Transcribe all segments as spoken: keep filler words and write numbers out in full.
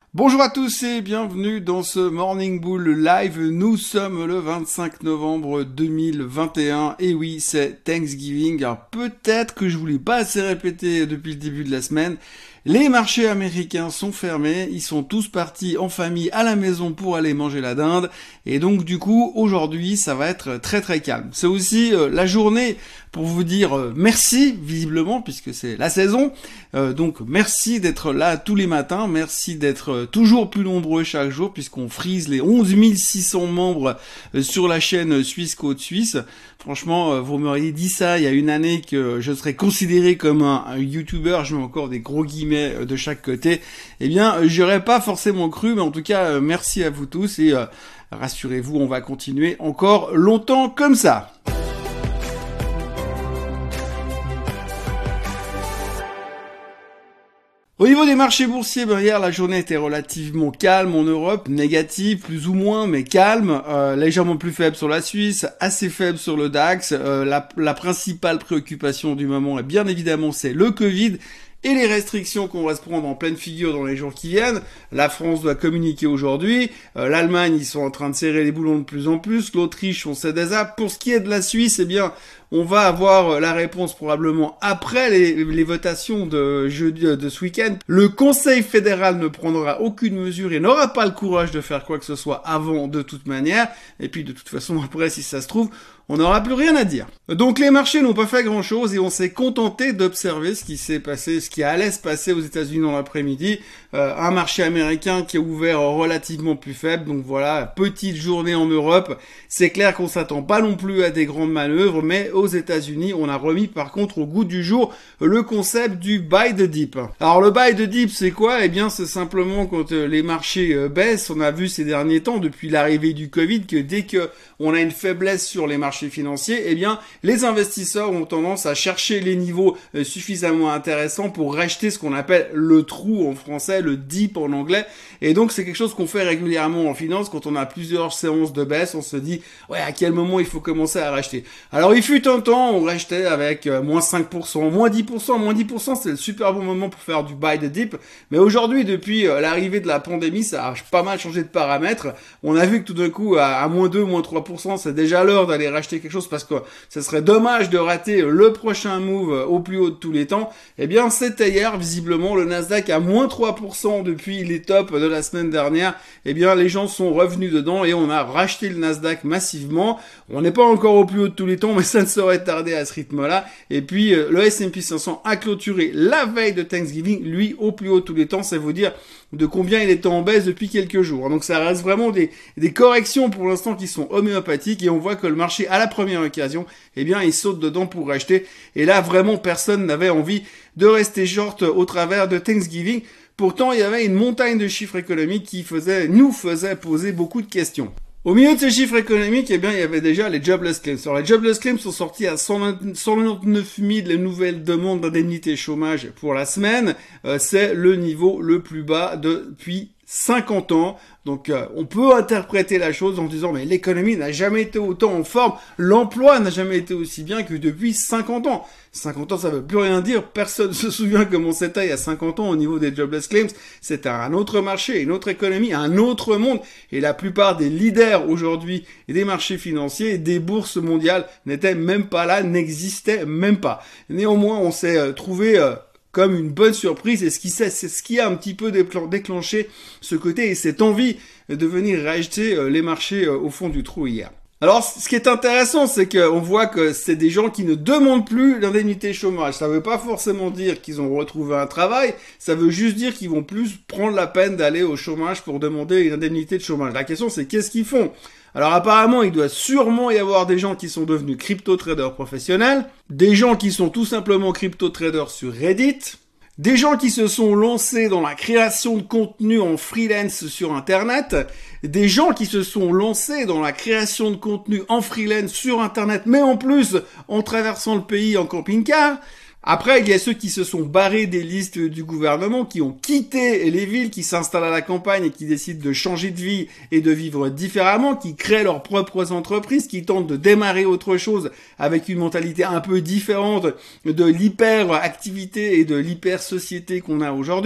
Bonjour à tous et bienvenue dans ce Morning Bull Live. Nous sommes le vingt-cinq novembre deux mille vingt et un et oui, c'est Thanksgiving. Alors peut-être que je vous l'ai pas assez répété depuis le début de la semaine. Les marchés américains sont fermés, ils sont tous partis en famille à la maison pour aller manger la dinde et donc du coup aujourd'hui ça va être très très calme. C'est aussi euh, la journée pour vous dire euh, merci visiblement puisque c'est la saison, euh, donc merci d'être là tous les matins, merci d'être euh, toujours plus nombreux chaque jour puisqu'on frise les onze mille six cents membres euh, sur la chaîne Suisse Côte Suisse. Franchement, euh, vous m'auriez dit ça il y a une année que je serais considéré comme un, un YouTuber, je mets encore des gros guillemets de chaque côté, eh bien, j'aurais pas forcément cru, mais en tout cas, euh, merci à vous tous et euh, rassurez-vous, on va continuer encore longtemps comme ça. Au niveau des marchés boursiers, ben hier la journée était relativement calme en Europe, négative plus ou moins, mais calme, euh, légèrement plus faible sur la Suisse, assez faible sur le DAX. Euh, la, la principale préoccupation du moment, est bien évidemment, c'est le Covid et les restrictions qu'on va se prendre en pleine figure dans les jours qui viennent. La France doit communiquer aujourd'hui, euh, l'Allemagne, ils sont en train de serrer les boulons de plus en plus, l'Autriche, on sait déjà. Pour ce qui est de la Suisse, eh bien, on va avoir la réponse probablement après les, les votations de jeudi de ce week-end. Le Conseil fédéral ne prendra aucune mesure et n'aura pas le courage de faire quoi que ce soit avant de toute manière. Et puis de toute façon après, si ça se trouve, on n'aura plus rien à dire. Donc les marchés n'ont pas fait grand-chose et on s'est contenté d'observer ce qui s'est passé, ce qui allait se passer aux États-Unis dans l'après-midi. Euh, un marché américain qui est ouvert relativement plus faible. Donc voilà, petite journée en Europe. C'est clair qu'on s'attend pas non plus à des grandes manœuvres, mais aux États-Unis, on a remis par contre au goût du jour le concept du buy the dip. Alors le buy the dip, c'est quoi? Eh bien, c'est simplement quand euh, les marchés euh, baissent. On a vu ces derniers temps, depuis l'arrivée du Covid, que dès que on a une faiblesse sur les marchés financiers, eh bien, les investisseurs ont tendance à chercher les niveaux euh, suffisamment intéressants pour racheter ce qu'on appelle le trou en français, le dip en anglais. Et donc, c'est quelque chose qu'on fait régulièrement en finance quand on a plusieurs séances de baisse. On se dit, ouais, à quel moment il faut commencer à racheter? Alors, il fut un temps, on rachetait avec euh, moins cinq pour cent, moins dix pour cent, moins dix pour cent, c'est le super bon moment pour faire du buy the dip. Mais aujourd'hui, depuis euh, l'arrivée de la pandémie, ça a pas mal changé de paramètres. On a vu que tout d'un coup, à, à moins deux, moins trois pour cent, c'est déjà l'heure d'aller racheter quelque chose parce que ce serait dommage de rater le prochain move au plus haut de tous les temps. Eh bien, c'était hier, visiblement, le Nasdaq à moins trois pour cent depuis les tops de la semaine dernière. Eh bien, les gens sont revenus dedans et on a racheté le Nasdaq massivement. On n'est pas encore au plus haut de tous les temps, mais ça ne saurait tarder à ce rythme-là. Et puis, le S and P cinq cents a clôturé la veille de Thanksgiving, lui, au plus haut de tous les temps. C'est vous dire de combien il était en baisse depuis quelques jours. Donc, ça reste vraiment des, des corrections pour l'instant qui sont homéopathiques et on voit que le marché, à la première occasion, eh bien, il saute dedans pour racheter. Et là, vraiment, personne n'avait envie de rester short au travers de Thanksgiving. Pourtant, il y avait une montagne de chiffres économiques qui faisait, nous faisait poser beaucoup de questions. Au milieu de ces chiffres économiques, eh bien, il y avait déjà les jobless claims. Alors, les jobless claims sont sortis à cent quatre-vingt-neuf mille nouvelles demandes d'indemnité chômage pour la semaine. Euh, c'est le niveau le plus bas depuis cinquante ans. Donc euh, on peut interpréter la chose en disant mais l'économie n'a jamais été autant en forme, l'emploi n'a jamais été aussi bien que depuis cinquante ans. cinquante ans, ça veut plus rien dire, personne ne se souvient comment c'était il y a cinquante ans au niveau des jobless claims. C'était un autre marché, une autre économie, un autre monde. Et la plupart des leaders aujourd'hui des marchés financiers, des bourses mondiales n'étaient même pas là, n'existaient même pas. Néanmoins, on s'est euh, trouvé... Euh, comme une bonne surprise, et ce qui c'est ce qui a un petit peu déclenché ce côté et cette envie de venir racheter les marchés au fond du trou hier. Alors, ce qui est intéressant, c'est qu'on voit que c'est des gens qui ne demandent plus l'indemnité chômage. Ça veut pas forcément dire qu'ils ont retrouvé un travail, ça veut juste dire qu'ils vont plus prendre la peine d'aller au chômage pour demander une indemnité de chômage. La question, c'est qu'est-ce qu'ils font? Alors apparemment, il doit sûrement y avoir des gens qui sont devenus crypto-traders professionnels, des gens qui sont tout simplement crypto-traders sur Reddit, des gens qui se sont lancés dans la création de contenu en freelance sur Internet, des gens qui se sont lancés dans la création de contenu en freelance sur Internet, mais en plus en traversant le pays en camping-car. Après, il y a ceux qui se sont barrés des listes du gouvernement, qui ont quitté les villes, qui s'installent à la campagne et qui décident de changer de vie et de vivre différemment, qui créent leurs propres entreprises, qui tentent de démarrer autre chose avec une mentalité un peu différente de l'hyper-activité et de l'hyper-société qu'on a aujourd'hui.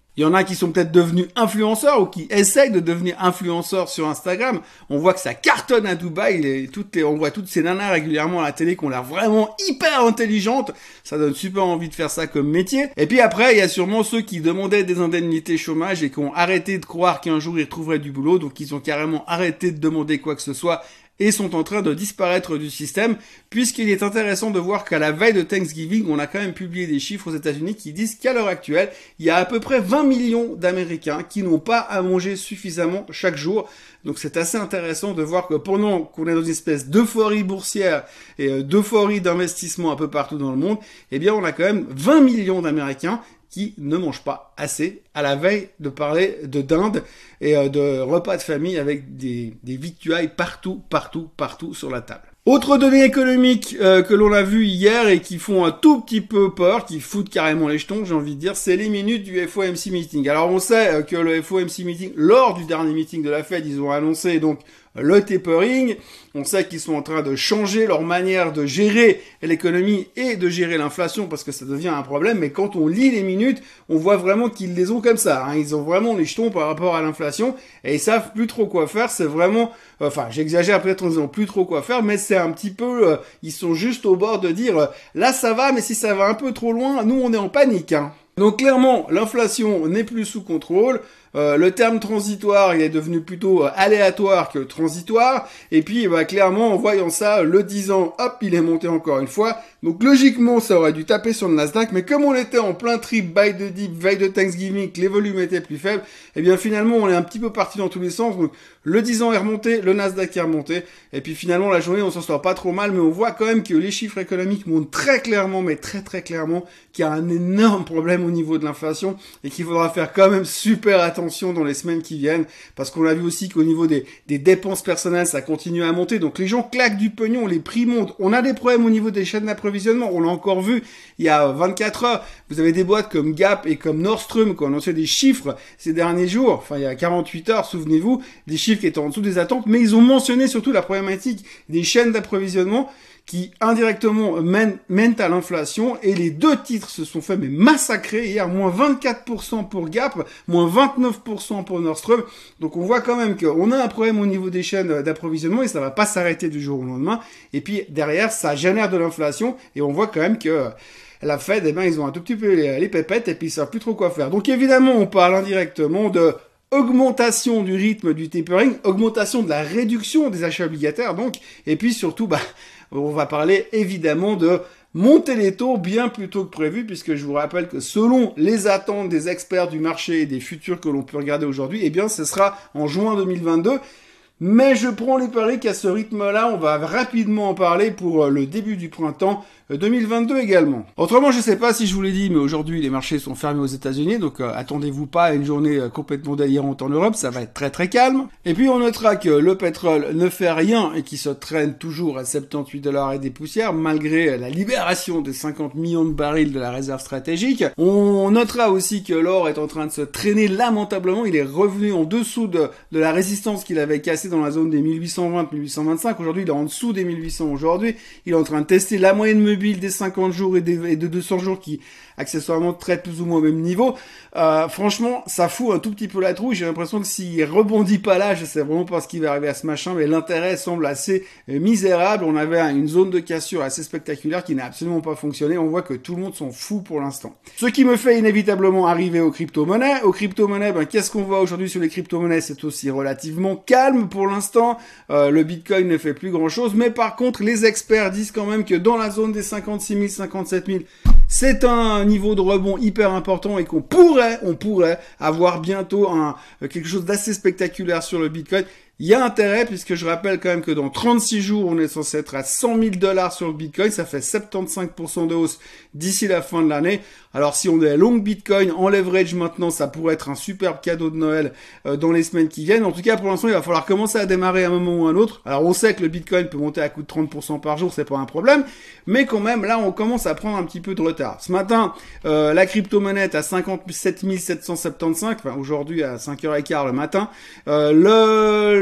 Il y en a qui sont peut-être devenus influenceurs ou qui essayent de devenir influenceurs sur Instagram. On voit que ça cartonne à Dubaï. Les, toutes les, on voit toutes ces nanas régulièrement à la télé qui ont l'air vraiment hyper intelligentes. Ça donne super envie de faire ça comme métier. Et puis après, il y a sûrement ceux qui demandaient des indemnités chômage et qui ont arrêté de croire qu'un jour ils trouveraient du boulot. Donc ils ont carrément arrêté de demander quoi que ce soit et sont en train de disparaître du système, puisqu'il est intéressant de voir qu'à la veille de Thanksgiving, on a quand même publié des chiffres aux États-Unis qui disent qu'à l'heure actuelle, il y a à peu près vingt millions d'Américains qui n'ont pas à manger suffisamment chaque jour. Donc c'est assez intéressant de voir que pendant qu'on est dans une espèce d'euphorie boursière et d'euphorie d'investissement un peu partout dans le monde, eh bien on a quand même vingt millions d'Américains qui ne mangent pas assez à la veille de parler de dinde et de repas de famille avec des, des victuailles partout, partout, partout sur la table. Autre donnée économique euh, que l'on a vu hier et qui font un tout petit peu peur, qui foutent carrément les jetons, j'ai envie de dire, c'est les minutes du F O M C meeting. Alors on sait que le F O M C meeting, lors du dernier meeting de la Fed, ils ont annoncé donc le tapering. On sait qu'ils sont en train de changer leur manière de gérer l'économie et de gérer l'inflation parce que ça devient un problème. Mais quand on lit les minutes, on voit vraiment qu'ils les ont comme ça. Hein. Ils ont vraiment les jetons par rapport à l'inflation et ils savent plus trop quoi faire. C'est vraiment, enfin, j'exagère peut-être en disant plus trop quoi faire, mais c'est un petit peu, euh, ils sont juste au bord de dire, euh, là ça va, mais si ça va un peu trop loin, nous on est en panique. Hein. Donc clairement, l'inflation n'est plus sous contrôle. Euh, le terme transitoire, il est devenu plutôt euh, aléatoire que transitoire. Et puis, bah, clairement, en voyant ça, le dix ans, hop, il est monté encore une fois. Donc logiquement, ça aurait dû taper sur le Nasdaq. Mais comme on était en plein trip, buy de dip, veille de Thanksgiving, que les volumes étaient plus faibles, eh bien finalement, on est un petit peu parti dans tous les sens. Donc le dix ans est remonté, le Nasdaq est remonté. Et puis finalement, la journée, on s'en sort pas trop mal. Mais on voit quand même que les chiffres économiques montrent très clairement, mais très très clairement, qu'il y a un énorme problème au niveau de l'inflation et qu'il faudra faire quand même super attention dans les semaines qui viennent, parce qu'on a vu aussi qu'au niveau des, des dépenses personnelles, ça continue à monter, donc les gens claquent du pognon, les prix montent, on a des problèmes au niveau des chaînes d'approvisionnement, on l'a encore vu il y a vingt-quatre heures, vous avez des boîtes comme Gap et comme Nordstrom qui ont annoncé des chiffres ces derniers jours, enfin il y a quarante-huit heures, souvenez-vous, des chiffres qui étaient en dessous des attentes, mais ils ont mentionné surtout la problématique des chaînes d'approvisionnement qui indirectement mènent, mènent à l'inflation, et les deux titres se sont fait mais massacrer hier, moins vingt-quatre pour cent pour Gap, moins vingt-neuf pour cent pour Nordstrom. Donc on voit quand même qu'on a un problème au niveau des chaînes d'approvisionnement et ça va pas s'arrêter du jour au lendemain. Et puis derrière, ça génère de l'inflation et on voit quand même que la Fed, eh ben, ils ont un tout petit peu les, les pépettes et puis ils savent plus trop quoi faire. Donc évidemment, on parle indirectement de augmentation du rythme du tapering, augmentation de la réduction des achats obligataires donc, et puis surtout, bah, on va parler évidemment de monter les taux bien plus tôt que prévu, puisque je vous rappelle que selon les attentes des experts du marché et des futurs que l'on peut regarder aujourd'hui, eh bien ce sera en juin deux mille vingt-deux. Mais je prends les paris qu'à ce rythme-là, on va rapidement en parler pour le début du printemps deux mille vingt-deux également. Autrement, je sais pas si je vous l'ai dit, mais aujourd'hui, les marchés sont fermés aux États-Unis, donc euh, attendez-vous pas à une journée euh, complètement délirante en Europe, ça va être très très calme. Et puis, on notera que le pétrole ne fait rien et qui se traîne toujours à soixante-dix-huit dollars et des poussières, malgré la libération des cinquante millions de barils de la réserve stratégique. On notera aussi que l'or est en train de se traîner lamentablement, il est revenu en dessous de, de la résistance qu'il avait cassée dans la zone des mille huit cent vingt mille huit cent vingt-cinq. Aujourd'hui, il est en dessous des mille huit cents aujourd'hui. Il est en train de tester la moyenne mobile des cinquante jours et, des, et de deux cents jours qui accessoirement traitent plus ou moins au même niveau. Euh, franchement, ça fout un tout petit peu la trouille. J'ai l'impression que s'il rebondit pas là, je sais vraiment pas ce qui va arriver à ce machin, mais l'intérêt semble assez euh, misérable. On avait une zone de cassure assez spectaculaire qui n'a absolument pas fonctionné. On voit que tout le monde s'en fout pour l'instant. Ce qui me fait inévitablement arriver aux crypto-monnaies. Aux crypto-monnaies, ben, qu'est-ce qu'on voit aujourd'hui sur les crypto-monnaies? C'est aussi relativement calme pour l'instant. Euh, le Bitcoin ne fait plus grand-chose, mais par contre, les experts disent quand même que dans la zone des cinquante-six mille, cinquante-sept mille, c'est un niveau de rebond hyper important et qu'on pourrait, on pourrait avoir bientôt un, quelque chose d'assez spectaculaire sur le Bitcoin. Il y a intérêt, puisque je rappelle quand même que dans trente-six jours, on est censé être à cent mille dollars sur le Bitcoin. Ça fait soixante-quinze pour cent de hausse d'ici la fin de l'année. Alors, si on est long Bitcoin en leverage maintenant, ça pourrait être un superbe cadeau de Noël euh, dans les semaines qui viennent. En tout cas, pour l'instant, il va falloir commencer à démarrer à un moment ou à un autre. Alors, on sait que le Bitcoin peut monter à coup de trente pour cent par jour, c'est pas un problème. Mais quand même, là, on commence à prendre un petit peu de retard. Ce matin, euh, la crypto-monnaie est à cinquante-sept mille sept cent soixante-quinze. Enfin, aujourd'hui, à cinq heures quinze le matin. Euh, le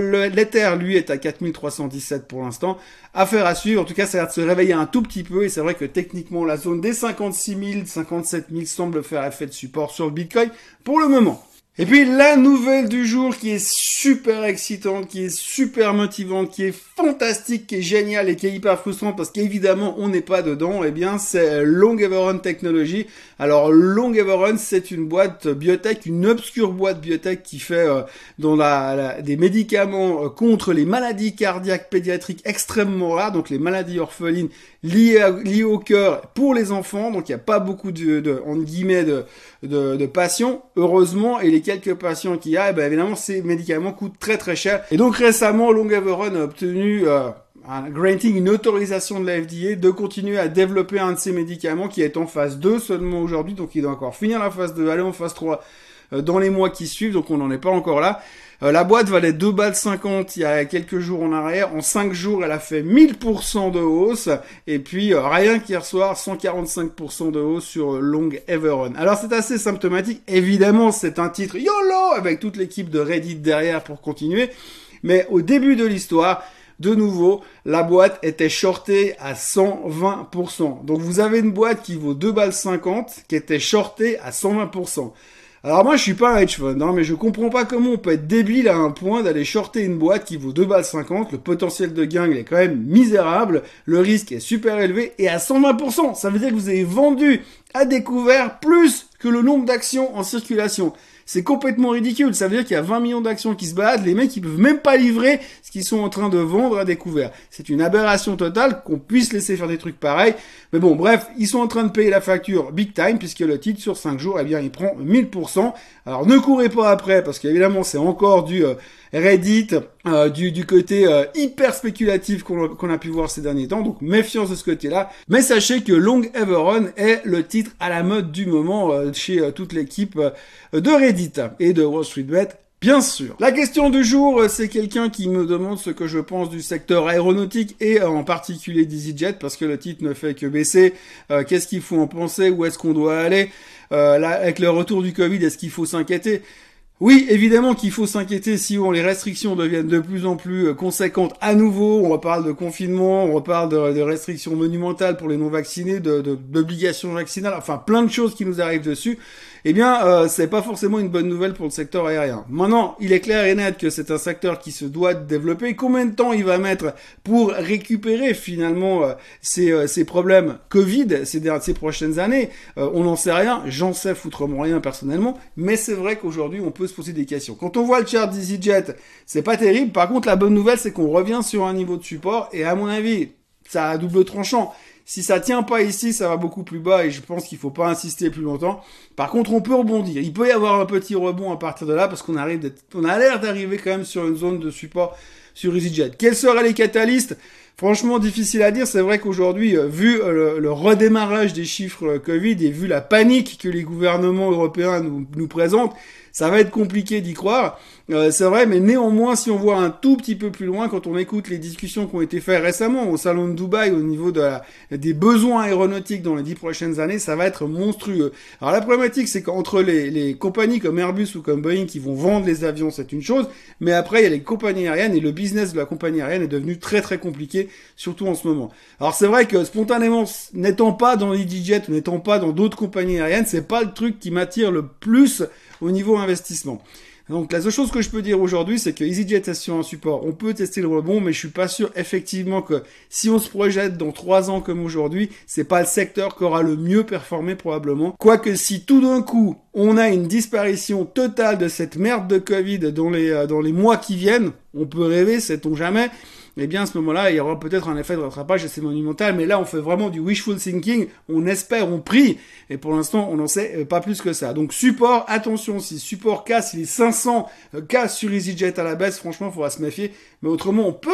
l'Ether, lui, est à quatre mille trois cent dix-sept pour l'instant. Affaire à suivre. En tout cas, ça a l'air de se réveiller un tout petit peu. Et c'est vrai que techniquement, la zone des cinquante-six mille, cinquante-sept mille semble faire effet de support sur le Bitcoin pour le moment. Et puis la nouvelle du jour qui est super excitante, qui est super motivante, qui est fantastique, qui est géniale et qui est hyper frustrante parce qu'évidemment on n'est pas dedans, eh bien c'est Longeveron Technology. Alors Longeveron, c'est une boîte biotech, une obscure boîte biotech qui fait euh, dans la, la, des médicaments euh, contre les maladies cardiaques pédiatriques extrêmement rares, donc les maladies orphelines liées, à, liées au cœur pour les enfants. Donc il n'y a pas beaucoup de, de entre guillemets de, de, de patients, heureusement, et les quelques patients qu'il y a, eh ben évidemment ces médicaments coûtent très très cher. Et donc récemment, Longeveron a obtenu euh, un granting, une autorisation de la F D A de continuer à développer un de ces médicaments qui est en phase deux seulement aujourd'hui, donc il doit encore finir la phase deux, aller en phase trois euh, dans les mois qui suivent, donc on n'en est pas encore là. Euh, la boîte valait deux balles cinquante il y a quelques jours en arrière. En cinq jours, elle a fait mille pour cent de hausse. Et puis, euh, rien qu'hier soir, cent quarante-cinq pour cent de hausse sur Longeveron. Alors, c'est assez symptomatique. Évidemment, c'est un titre YOLO avec toute l'équipe de Reddit derrière pour continuer. Mais au début de l'histoire, de nouveau, la boîte était shortée à cent vingt pour cent. Donc, vous avez une boîte qui vaut deux balles cinquante qui était shortée à cent vingt pour cent. Alors moi je suis pas un hedge fund, hein, mais je comprends pas comment on peut être débile à un point d'aller shorter une boîte qui vaut deux balles cinquante, le potentiel de gain il est quand même misérable, le risque est super élevé et à cent vingt pour cent, ça veut dire que vous avez vendu à découvert plus que le nombre d'actions en circulation. C'est complètement ridicule, ça veut dire qu'il y a vingt millions d'actions qui se baladent, les mecs ils peuvent même pas livrer ce qu'ils sont en train de vendre à découvert. C'est une aberration totale qu'on puisse laisser faire des trucs pareils, mais bon bref, ils sont en train de payer la facture big time puisque le titre sur cinq jours, eh bien il prend mille pour cent. Alors ne courez pas après parce qu'évidemment c'est encore du euh, Reddit, euh, du, du côté euh, hyper spéculatif qu'on a, qu'on a pu voir ces derniers temps, donc méfiance de ce côté-là. Mais sachez que Longeveron est le titre à la mode du moment euh, chez euh, toute l'équipe euh, de Reddit et de Wall Street Bet, bien sûr. La question du jour, c'est quelqu'un qui me demande ce que je pense du secteur aéronautique et en particulier d'EasyJet parce que le titre ne fait que baisser. Euh, qu'est-ce qu'il faut en penser? Où est-ce qu'on doit aller? euh, là, avec le retour du Covid, est-ce qu'il faut s'inquiéter? Oui, évidemment qu'il faut s'inquiéter si bon, les restrictions deviennent de plus en plus conséquentes à nouveau. On reparle de confinement, on reparle de, de restrictions monumentales pour les non-vaccinés, de, de, d'obligations vaccinales, enfin plein de choses qui nous arrivent dessus. Eh bien, euh, c'est pas forcément une bonne nouvelle pour le secteur aérien. Maintenant, il est clair et net que c'est un secteur qui se doit de développer. Combien de temps il va mettre pour récupérer finalement euh, ces, euh, ces problèmes Covid ces, ces prochaines années? euh, On n'en sait rien. J'en sais foutrement rien personnellement. Mais c'est vrai qu'aujourd'hui, on peut se poser des questions. Quand on voit le chart d'EasyJet, c'est pas terrible. Par contre, la bonne nouvelle, c'est qu'on revient sur un niveau de support. Et à mon avis, ça a double tranchant. Si ça tient pas ici, ça va beaucoup plus bas et je pense qu'il faut pas insister plus longtemps. Par contre, on peut rebondir. Il peut y avoir un petit rebond à partir de là parce qu'on arrive d'être, on a l'air d'arriver quand même sur une zone de support sur EasyJet. Quels seraient les catalystes? Franchement, difficile à dire. C'est vrai qu'aujourd'hui, vu le, le redémarrage des chiffres Covid et vu la panique que les gouvernements européens nous, nous présentent, ça va être compliqué d'y croire. Euh, c'est vrai, mais néanmoins, si on voit un tout petit peu plus loin, quand on écoute les discussions qui ont été faites récemment au salon de Dubaï au niveau de la, des besoins aéronautiques dans les dix prochaines années, ça va être monstrueux. Alors la problématique, c'est qu'entre les, les compagnies comme Airbus ou comme Boeing qui vont vendre les avions, c'est une chose, mais après, il y a les compagnies aériennes et le business de la compagnie aérienne est devenu très très compliqué, surtout en ce moment. Alors c'est vrai que spontanément, n'étant pas dans EasyJet ou n'étant pas dans d'autres compagnies aériennes, c'est pas le truc qui m'attire le plus au niveau investissement. Donc la seule chose que je peux dire aujourd'hui, c'est que EasyJet est sur un support. On peut tester le rebond, mais je suis pas sûr effectivement que si on se projette dans trois ans comme aujourd'hui, c'est pas le secteur qui aura le mieux performé probablement. Quoique si tout d'un coup on a une disparition totale de cette merde de Covid dans les euh, dans les mois qui viennent, on peut rêver, sait-on jamais. Eh bien, à ce moment-là, il y aura peut-être un effet de rattrapage assez monumental, mais là, on fait vraiment du wishful thinking, on espère, on prie, et pour l'instant, on n'en sait pas plus que ça. Donc, support, attention, si support casse, si les cinq cents cassent sur EasyJet à la baisse, franchement, il faudra se méfier, mais autrement, on peut,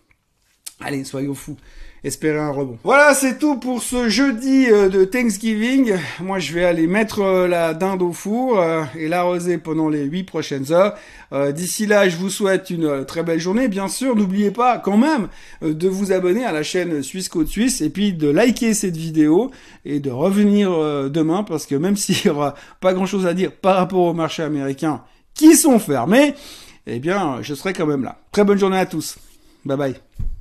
allez, soyons fous, espérer un rebond. Voilà, c'est tout pour ce jeudi euh, de Thanksgiving. Moi, je vais aller mettre euh, la dinde au four euh, et l'arroser pendant les huit prochaines heures. Euh, d'ici là, je vous souhaite une euh, très belle journée. Bien sûr, n'oubliez pas quand même euh, de vous abonner à la chaîne Suisse Côte Suisse et puis de liker cette vidéo et de revenir euh, demain parce que même s'il y aura pas grand-chose à dire par rapport au marché américain qui sont fermés, eh bien, je serai quand même là. Très bonne journée à tous. Bye bye.